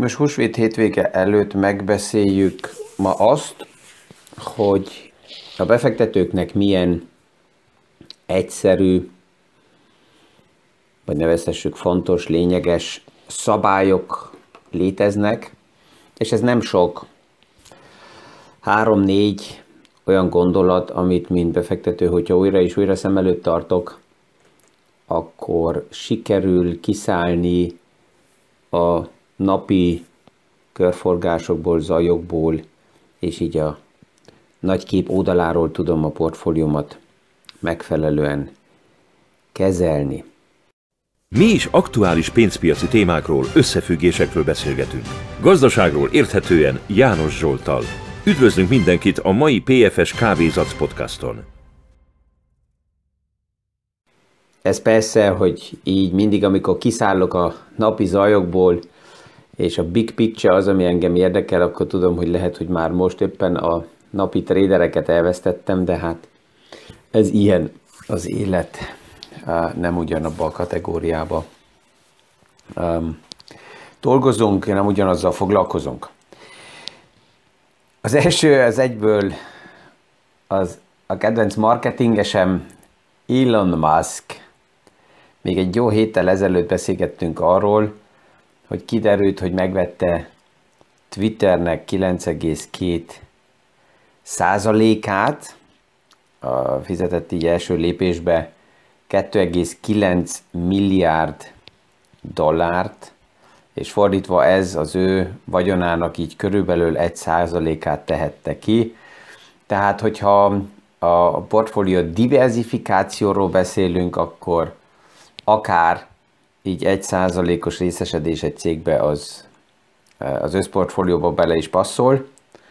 most húsvét hétvége előtt megbeszéljük ma azt, hogy a befektetőknek milyen egyszerű, vagy nevezhessük fontos, lényeges szabályok léteznek, és ez nem sok, 3-4 olyan gondolat, amit mint befektető, hogyha újra és újra szem előtt tartok, akkor sikerül kiszállni a napi körforgásokból, zajokból, és így a nagy kép oldaláról tudom a portfóliómat megfelelően kezelni. Mi is aktuális pénzpiaci témákról, összefüggésekről beszélgetünk. Gazdaságról érthetően János Zsolttal. Üdvözlünk mindenkit a mai PFS Kávézac podcaston. Ez persze, hogy így mindig, amikor kiszállok a napi zajokból, és a big picture az, ami engem érdekel, akkor tudom, hogy lehet, hogy már most éppen a napi tradereket elvesztettem, de hát ez ilyen az élet, nem ugyanabba a kategóriába dolgozunk, nem ugyanazzal foglalkozunk. Az első, az egyből a kedvenc marketingesem Elon Musk. Még egy jó héttel ezelőtt beszélgettünk arról, hogy kiderült, hogy megvette Twitternek 9,2%-át, fizetett így első lépésbe 2,9 milliárd dollárt, és fordítva ez az ő vagyonának így körülbelül 1%-át tehette ki. Tehát, hogyha a portfólió diversifikációról beszélünk, akkor akár így 1%-os részesedés egy cégbe az összportfólióba bele is passzol.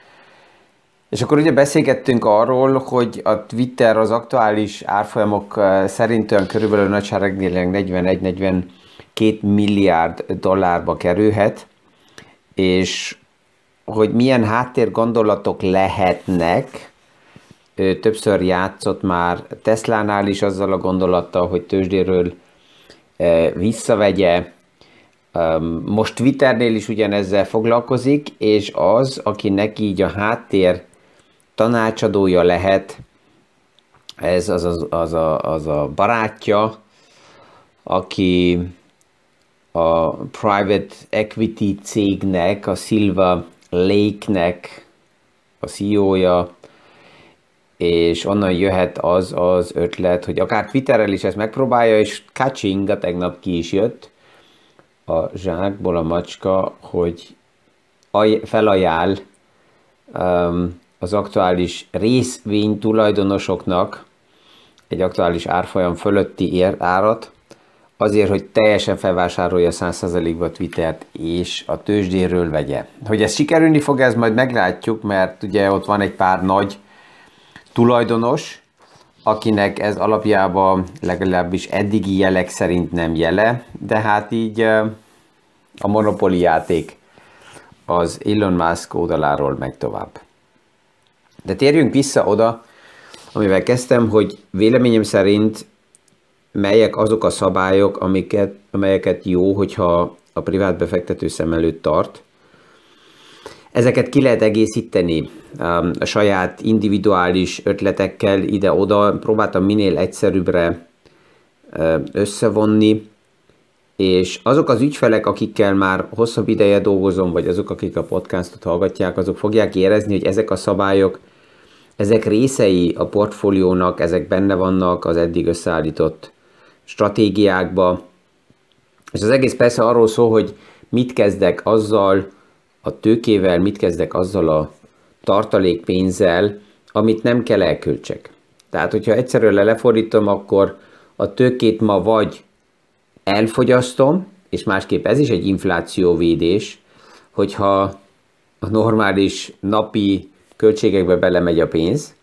És akkor ugye beszélgettünk arról, hogy a Twitter az aktuális árfolyamok szerint olyan körülbelül nagyságrendileg 41-42 milliárd dollárba kerülhet, és hogy milyen háttérgondolatok lehetnek. Ő többször játszott már Teslánál is azzal a gondolattal, hogy tőzsdéről visszavegye. Most Twitternél is ugyanezzel foglalkozik, és az, aki neki így a háttér tanácsadója lehet, ez az a barátja, aki a private equity cégnek, a Silver Lake-nek a CEO-ja, és onnan jöhet az ötlet, hogy akár Twitterrel is ezt megpróbálja, és kacsing, tegnap ki is jött a zsákból a macska, hogy felajánl az aktuális részvény tulajdonosoknak egy aktuális árfolyam fölötti árat, azért, hogy teljesen felvásárolja 100%-ba Twittert, és a tőzsdéről vegye. Hogy ez sikerülni fog, ez majd meglátjuk, mert ugye ott van egy pár nagy tulajdonos, akinek ez alapjában legalábbis eddigi jelek szerint nem jele, de hát így a monopoli játék az Elon Musk oldaláról megy tovább. De térjünk vissza oda, amivel kezdtem, hogy véleményem szerint melyek azok a szabályok, amelyeket jó, hogyha a privát befektető szem előtt tart. Ezeket ki lehet egészíteni a saját individuális ötletekkel ide-oda. Próbáltam minél egyszerűbbre összevonni, és azok az ügyfelek, akikkel már hosszabb ideje dolgozom, vagy azok, akik a podcastot hallgatják, azok fogják érezni, hogy ezek a szabályok, ezek részei a portfóliónak, ezek benne vannak az eddig összeállított stratégiákba. És az egész persze arról szól, hogy mit kezdek azzal a tőkével, mit kezdek azzal a tartalékpénzzel, amit nem kell elköltsek. Tehát, hogyha egyszerűen lefordítom, akkor a tőkét ma vagy elfogyasztom, és másképp ez is egy inflációvédés, hogyha a normális napi költségekbe belemegy a pénz,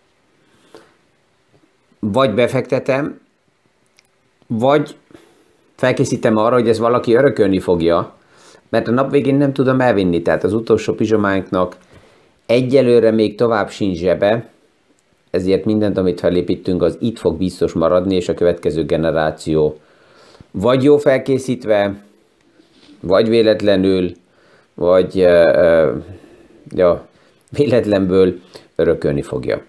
vagy befektetem, vagy felkészítem arra, hogy ez valaki örökölni fogja, mert a nap végén nem tudom elvinni, tehát az utolsó pizsománknak egyelőre még tovább sincs zsebe, ezért mindent, amit felépítünk, az itt fog biztos maradni, és a következő generáció vagy jó felkészítve, vagy véletlenül, vagy ja, véletlenből örökölni fogja.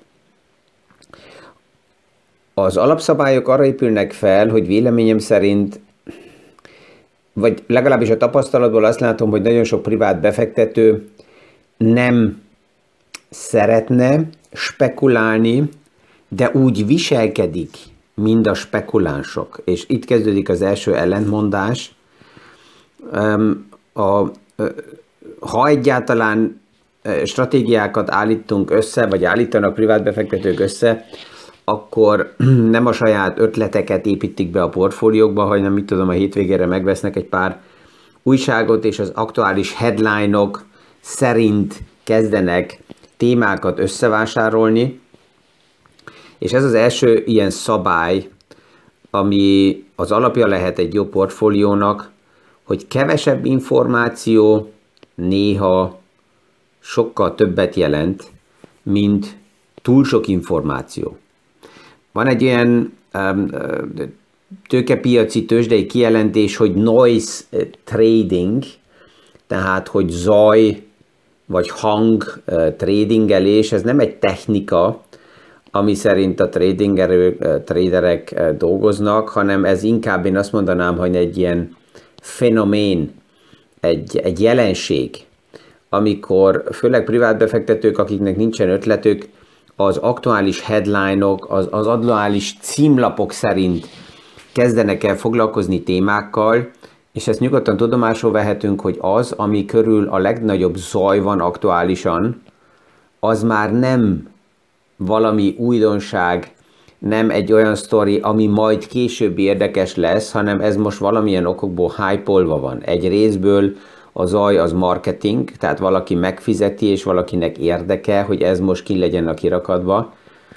Az alapszabályok arra épülnek fel, hogy véleményem szerint, vagy legalábbis a tapasztalatból azt látom, hogy nagyon sok privát befektető nem szeretne spekulálni, de úgy viselkedik, mint a spekulánsok. És itt kezdődik az első ellentmondás. Ha egyáltalán stratégiákat állítunk össze, vagy állítanak privát befektetők össze, akkor nem a saját ötleteket építik be a portfóliókba, hanem mit tudom, a hétvégére megvesznek egy pár újságot, és az aktuális headline-ok szerint kezdenek témákat összevásárolni. És ez az első ilyen szabály, ami az alapja lehet egy jó portfóliónak, hogy kevesebb információ néha sokkal többet jelent, mint túl sok információ. Van egy ilyen tőkepiaci tőzsdei kijelentés, hogy noise trading, tehát hogy zaj vagy hang tradingelés, ez nem egy technika, ami szerint a traderek dolgoznak, hanem ez inkább, én azt mondanám, hogy egy ilyen fenomén, egy jelenség, amikor főleg privát befektetők, akiknek nincsen ötletük, az aktuális headline-ok, az aktuális címlapok szerint kezdenek el foglalkozni témákkal, és ezt nyugodtan tudomásul vehetünk, hogy az, ami körül a legnagyobb zaj van aktuálisan, az már nem valami újdonság, nem egy olyan sztori, ami majd később érdekes lesz, hanem ez most valamilyen okokból hype-olva van. Egy részből a zaj az marketing, tehát valaki megfizeti, és valakinek érdeke, hogy ez most ki legyen a kirakatba,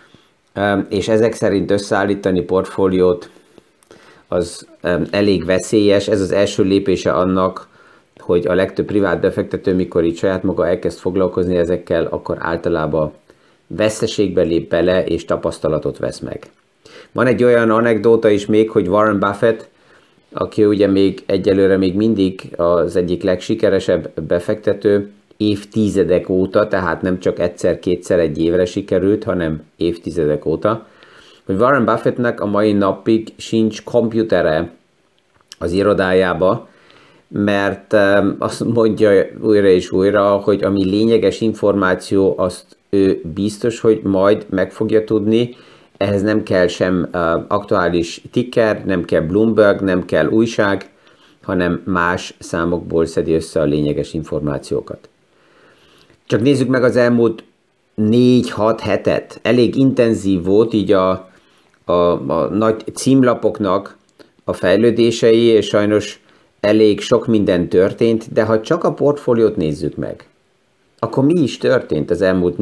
és ezek szerint összeállítani portfóliót az elég veszélyes. Ez az első lépése annak, hogy a legtöbb privát befektető, mikor itt saját maga elkezd foglalkozni ezekkel, akkor általában veszteségbe lép bele, és tapasztalatot vesz meg. Van egy olyan anekdóta is még, hogy Warren Buffett, aki ugye még egyelőre még mindig az egyik legsikeresebb befektető, évtizedek óta, tehát nem csak egyszer-kétszer egy évre sikerült, hanem évtizedek óta, hogy Warren Buffettnek a mai napig sincs komputere az irodájába, mert azt mondja újra és újra, hogy ami lényeges információ, azt ő biztos, hogy majd meg fogja tudni, ehhez nem kell sem aktuális ticker, nem kell Bloomberg, nem kell újság, hanem más számokból szedi össze a lényeges információkat. Csak nézzük meg az elmúlt 4-6 hetet. Elég intenzív volt így a nagy címlapoknak a fejlődései, és sajnos elég sok minden történt, de ha csak a portfóliót nézzük meg, akkor mi is történt az elmúlt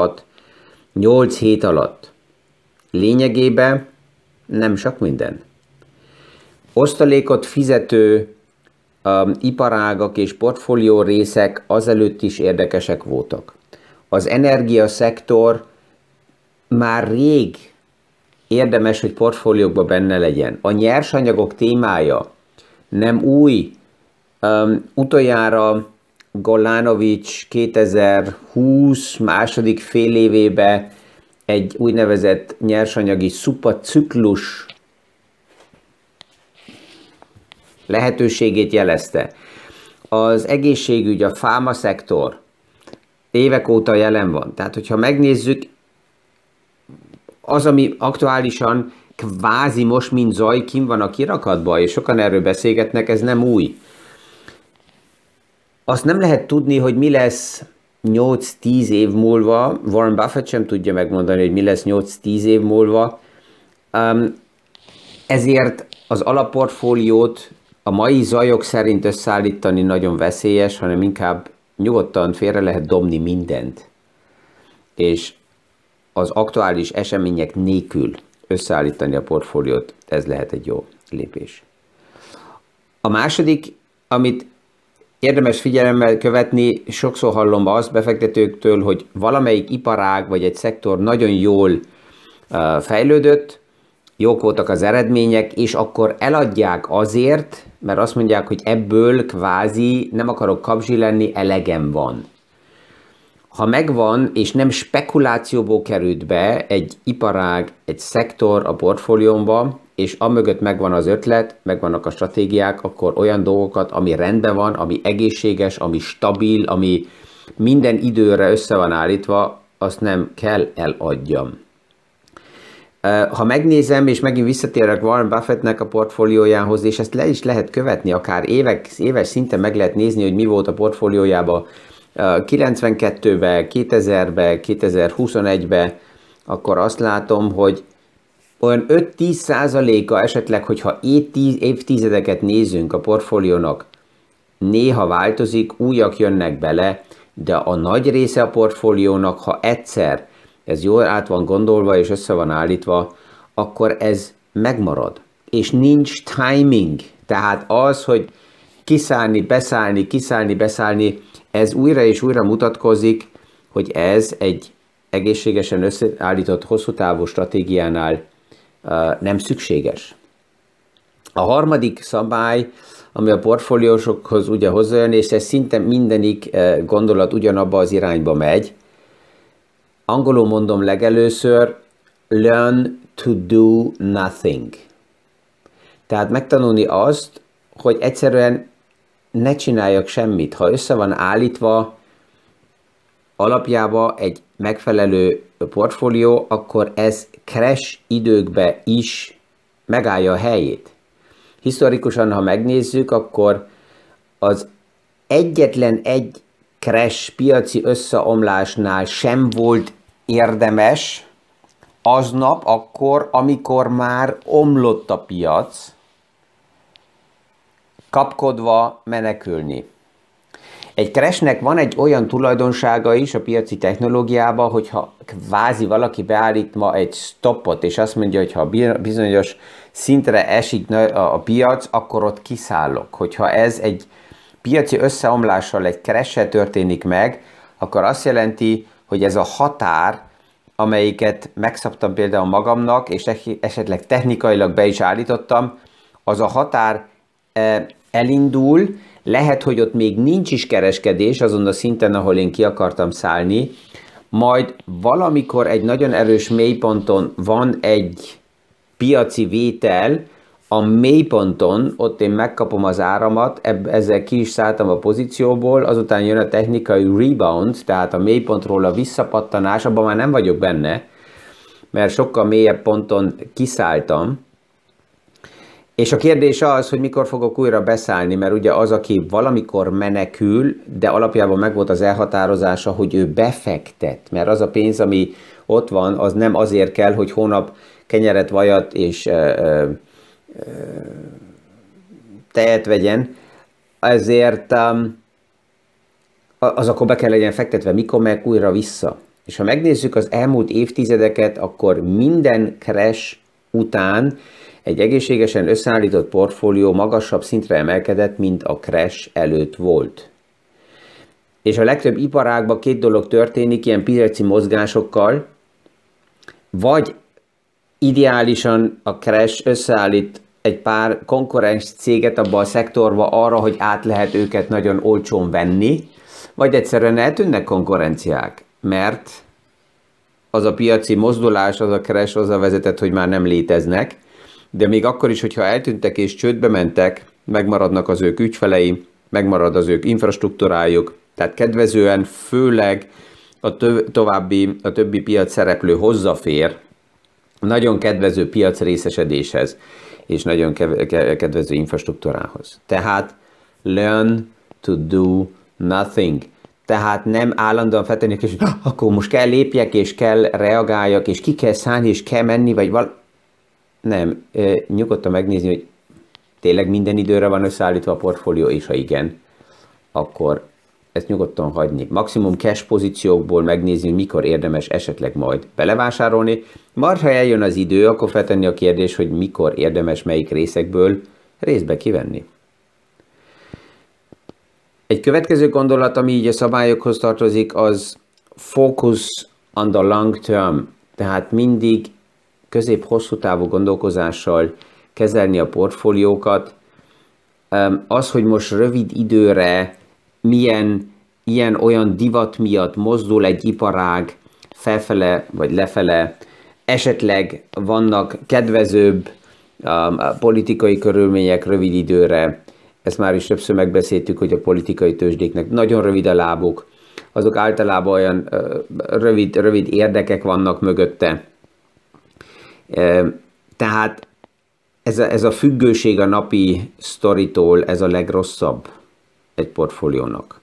4-6-8 hét alatt? Lényegében nem sok minden. Osztalékot fizető iparágak és portfólió részek azelőtt is érdekesek voltak. Az energiaszektor már rég érdemes, hogy portfóliókban benne legyen. A nyersanyagok témája nem új. Utoljára Golanovics 2020 második fél évébe egy úgynevezett nyersanyagi szuperciklus lehetőségét jelezte. Az egészségügy, a fármaszektor évek óta jelen van. Tehát, hogyha megnézzük, az, ami aktuálisan kvázi most, mint zaj, kim van a kirakatban, és sokan erről beszélgetnek, ez nem új. Azt nem lehet tudni, hogy mi lesz 8-10 év múlva, Warren Buffett sem tudja megmondani, hogy mi lesz 8-10 év múlva, ezért az alapportfóliót a mai zajok szerint összeállítani nagyon veszélyes, hanem inkább nyugodtan félre lehet dobni mindent, és az aktuális események nélkül összeállítani a portfóliót, ez lehet egy jó lépés. A második, amit érdemes figyelemmel követni, sokszor hallom azt befektetőktől, hogy valamelyik iparág vagy egy szektor nagyon jól fejlődött, jók voltak az eredmények, és akkor eladják azért, mert azt mondják, hogy ebből kvázi nem akarok kapzsi lenni, elegem van. Ha megvan, és nem spekulációból került be egy iparág, egy szektor a portfóliómba, és amögött megvan az ötlet, megvannak a stratégiák, akkor olyan dolgokat, ami rendben van, ami egészséges, ami stabil, ami minden időre össze van állítva, azt nem kell eladjam. Ha megnézem, és megint visszatérek Warren Buffettnek a portfóliójához, és ezt le is lehet követni, akár éves szinten meg lehet nézni, hogy mi volt a portfóliójában 92-ben, 2000-ben, 2021-ben, akkor azt látom, hogy olyan 5-10%-a esetleg, hogyha évtizedeket nézünk a portfóliónak, néha változik, újak jönnek bele, de a nagy része a portfóliónak, ha egyszer ez jól át van gondolva és össze van állítva, akkor ez megmarad. És nincs timing. Tehát az, hogy kiszállni, beszállni, ez újra és újra mutatkozik, hogy ez egy egészségesen összeállított hosszú távú stratégiánál nem szükséges. A harmadik szabály, ami a portfóliósokhoz ugye hozzájön, és ez szinte mindenik gondolat ugyanabba az irányba megy. Angolul mondom legelőször, learn to do nothing. Tehát megtanulni azt, hogy egyszerűen ne csináljak semmit. Ha össze van állítva alapjába egy megfelelő portfólió, akkor ez crash időkbe is megállja a helyét. Historikusan, ha megnézzük, akkor az egyetlen egy crash piaci összeomlásnál sem volt érdemes aznap akkor, amikor már omlott a piac, kapkodva menekülni. Egy crashnek van egy olyan tulajdonsága is a piaci technológiában, hogyha kvázi valaki beállít ma egy stoppot, és azt mondja, hogy ha bizonyos szintre esik a piac, akkor ott kiszállok. Hogyha ez egy piaci összeomlással, egy crash-sel történik meg, akkor azt jelenti, hogy ez a határ, amelyiket megszabtam például magamnak, és esetleg technikailag be is állítottam, az a határ elindul, lehet, hogy ott még nincs is kereskedés azon a szinten, ahol én ki akartam szállni, majd valamikor egy nagyon erős mélyponton van egy piaci vétel, a mélyponton ott én megkapom az áramat, ezzel ki is szálltam a pozícióból, azután jön a technikai rebound, tehát a mélypontról a visszapattanás, abban már nem vagyok benne, mert sokkal mélyebb ponton kiszálltam. És a kérdés az, hogy mikor fogok újra beszállni, mert ugye az, aki valamikor menekül, de alapjában megvolt az elhatározása, hogy ő befektet, mert az a pénz, ami ott van, az nem azért kell, hogy hónap kenyeret, vajat és tejet vegyen, ezért az akkor be kell legyen fektetve, mikor meg újra vissza. És ha megnézzük az elmúlt évtizedeket, akkor minden crash után egy egészségesen összeállított portfólió magasabb szintre emelkedett, mint a crash előtt volt. És a legtöbb iparágban két dolog történik ilyen piaci mozgásokkal, vagy ideálisan a crash összeállít egy pár konkurens céget abban a szektorba arra, hogy át lehet őket nagyon olcsón venni, vagy egyszerűen eltűnnek konkurenciák, mert az a piaci mozdulás, az a crash az a vezetett, hogy már nem léteznek, de még akkor is, hogyha eltűntek és csődbe mentek, megmaradnak az ők ügyfelei, megmarad az ők infrastruktúrájuk, tehát kedvezően főleg a többi piac szereplő hozzáfér nagyon kedvező piac részesedéshez, és nagyon kedvező infrastruktúrához. Tehát learn to do nothing. Tehát nem állandóan feltenni, és akkor most kell lépjek, és kell reagáljak, és ki kell szállni, és kell menni, vagy nem, nyugodtan megnézni, hogy tényleg minden időre van összeállítva a portfólió, és ha igen, akkor ezt nyugodtan hagyni. Maximum cash pozíciókból megnézni, hogy mikor érdemes esetleg majd belevásárolni. Majd, ha eljön az idő, akkor feltenni a kérdés, hogy mikor érdemes melyik részekből részbe kivenni. Egy következő gondolat, ami így a szabályokhoz tartozik, az focus on the long term. Tehát mindig közép-hosszú távú gondolkozással kezelni a portfóliókat. Az, hogy most rövid időre milyen ilyen-olyan divat miatt mozdul egy iparág felfele vagy lefele, esetleg vannak kedvezőbb politikai körülmények rövid időre. Ezt már is többször megbeszéltük, hogy a politikai tőzsdéknek nagyon rövid a lábuk, azok általában olyan rövid érdekek vannak mögötte. Tehát ez a függőség a napi sztoritól, ez a legrosszabb egy portfóliónak.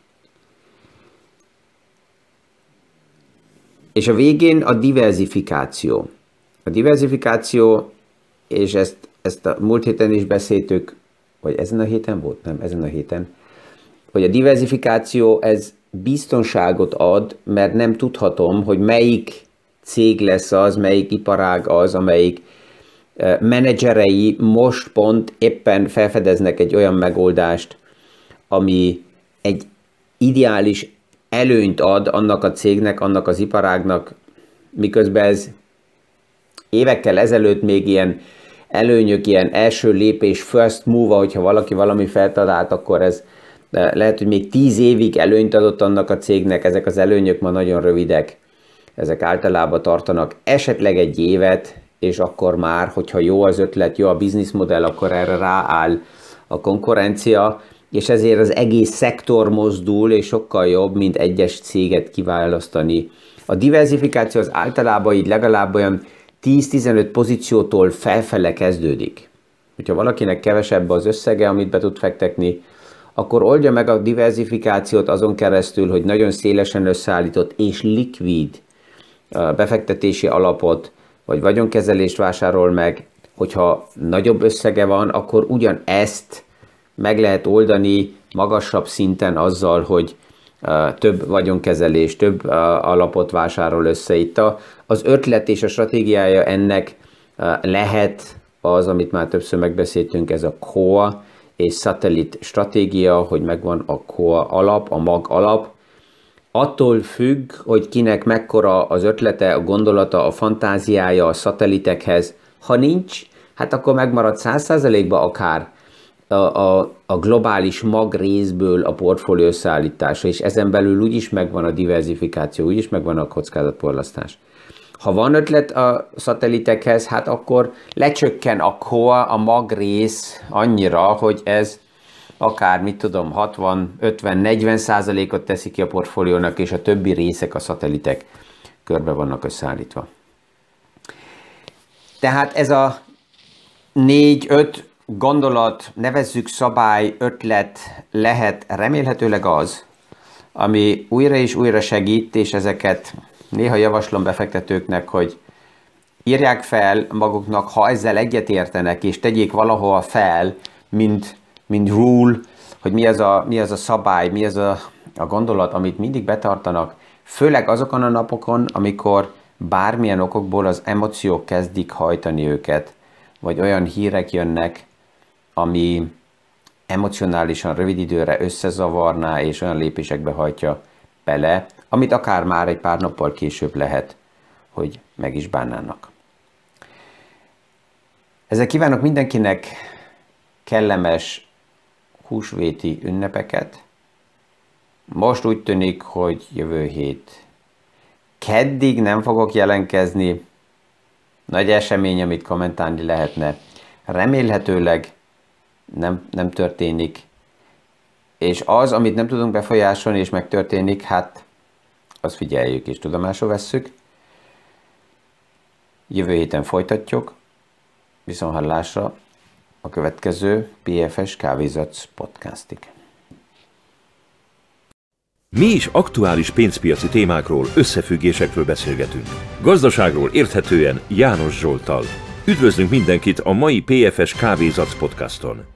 És a végén a diversifikáció. A diversifikáció, és ezt a múlt héten is beszéltük, vagy ezen a héten volt? Nem, ezen a héten. Hogy a diversifikáció, ez biztonságot ad, mert nem tudhatom, hogy melyik cég lesz az, melyik iparág az, amelyik menedzserei most pont éppen felfedeznek egy olyan megoldást, ami egy ideális előnyt ad annak a cégnek, annak az iparágnak, miközben ez évekkel ezelőtt még ilyen előnyök, ilyen első lépés, first move, hogyha valaki valami feltalált, akkor ez lehet, hogy még 10 évig előnyt adott annak a cégnek, ezek az előnyök ma nagyon rövidek, ezek általában tartanak esetleg egy évet, és akkor már, hogyha jó az ötlet, jó a bizniszmodell, akkor erre rááll a konkurencia, és ezért az egész szektor mozdul, és sokkal jobb, mint egyes céget kiválasztani. A diversifikáció az általában így legalább olyan 10-15 pozíciótól felfele kezdődik. Hogyha valakinek kevesebb az összege, amit be tud fektetni, akkor oldja meg a diversifikációt azon keresztül, hogy nagyon szélesen összeállított és likvid befektetési alapot, vagy vagyonkezelést vásárol meg. Hogyha nagyobb összege van, akkor ugyanezt meg lehet oldani magasabb szinten azzal, hogy több vagyonkezelés, több alapot vásárol össze. Itt az ötlet és a stratégiája ennek lehet az, amit már többször megbeszéltünk, ez a core és szatellit stratégia, hogy megvan a core alap, a mag alap. Attól függ, hogy kinek mekkora az ötlete, a gondolata, a fantáziája a szatelitekhez. Ha nincs, hát akkor megmarad 100%-ba akár a globális mag részből a portfólió összeállítása, és ezen belül úgyis megvan a diversifikáció, úgyis megvan a kockázatporlasztás. Ha van ötlet a szatelitekhez, hát akkor lecsökken a core, a mag rész annyira, hogy ez akár, 60-50-40%-ot teszi ki a portfóliónak, és a többi részek, a szatelitek körbe vannak összeállítva. Tehát ez a 4-5 gondolat, nevezzük szabály, ötlet lehet remélhetőleg az, ami újra és újra segít, és ezeket néha javaslom befektetőknek, hogy írják fel maguknak, ha ezzel egyetértenek, és tegyék valahol fel, mint rule, hogy mi az a szabály, mi az a gondolat, amit mindig betartanak, főleg azokon a napokon, amikor bármilyen okokból az emóciók kezdik hajtani őket, vagy olyan hírek jönnek, ami emocionálisan rövid időre összezavarná, és olyan lépésekbe hajtja bele, amit akár már egy pár nappal később lehet, hogy meg is bánnának. Ezzel kívánok mindenkinek kellemes húsvéti ünnepeket. Most úgy tűnik, hogy jövő hét keddig nem fogok jelentkezni. Nagy esemény, amit kommentálni lehetne. Remélhetőleg nem történik. És az, amit nem tudunk befolyásolni, és megtörténik, hát azt figyeljük és tudomásul vesszük. Jövő héten folytatjuk. Viszonthallásra a következő PFS Kávézac podcastig. Mi is aktuális pénzpiaci témákról, összefüggésekről beszélgetünk. Gazdaságról érthetően János Zsolttal. Üdvözlünk mindenkit a mai PFS Kávézac podcaston!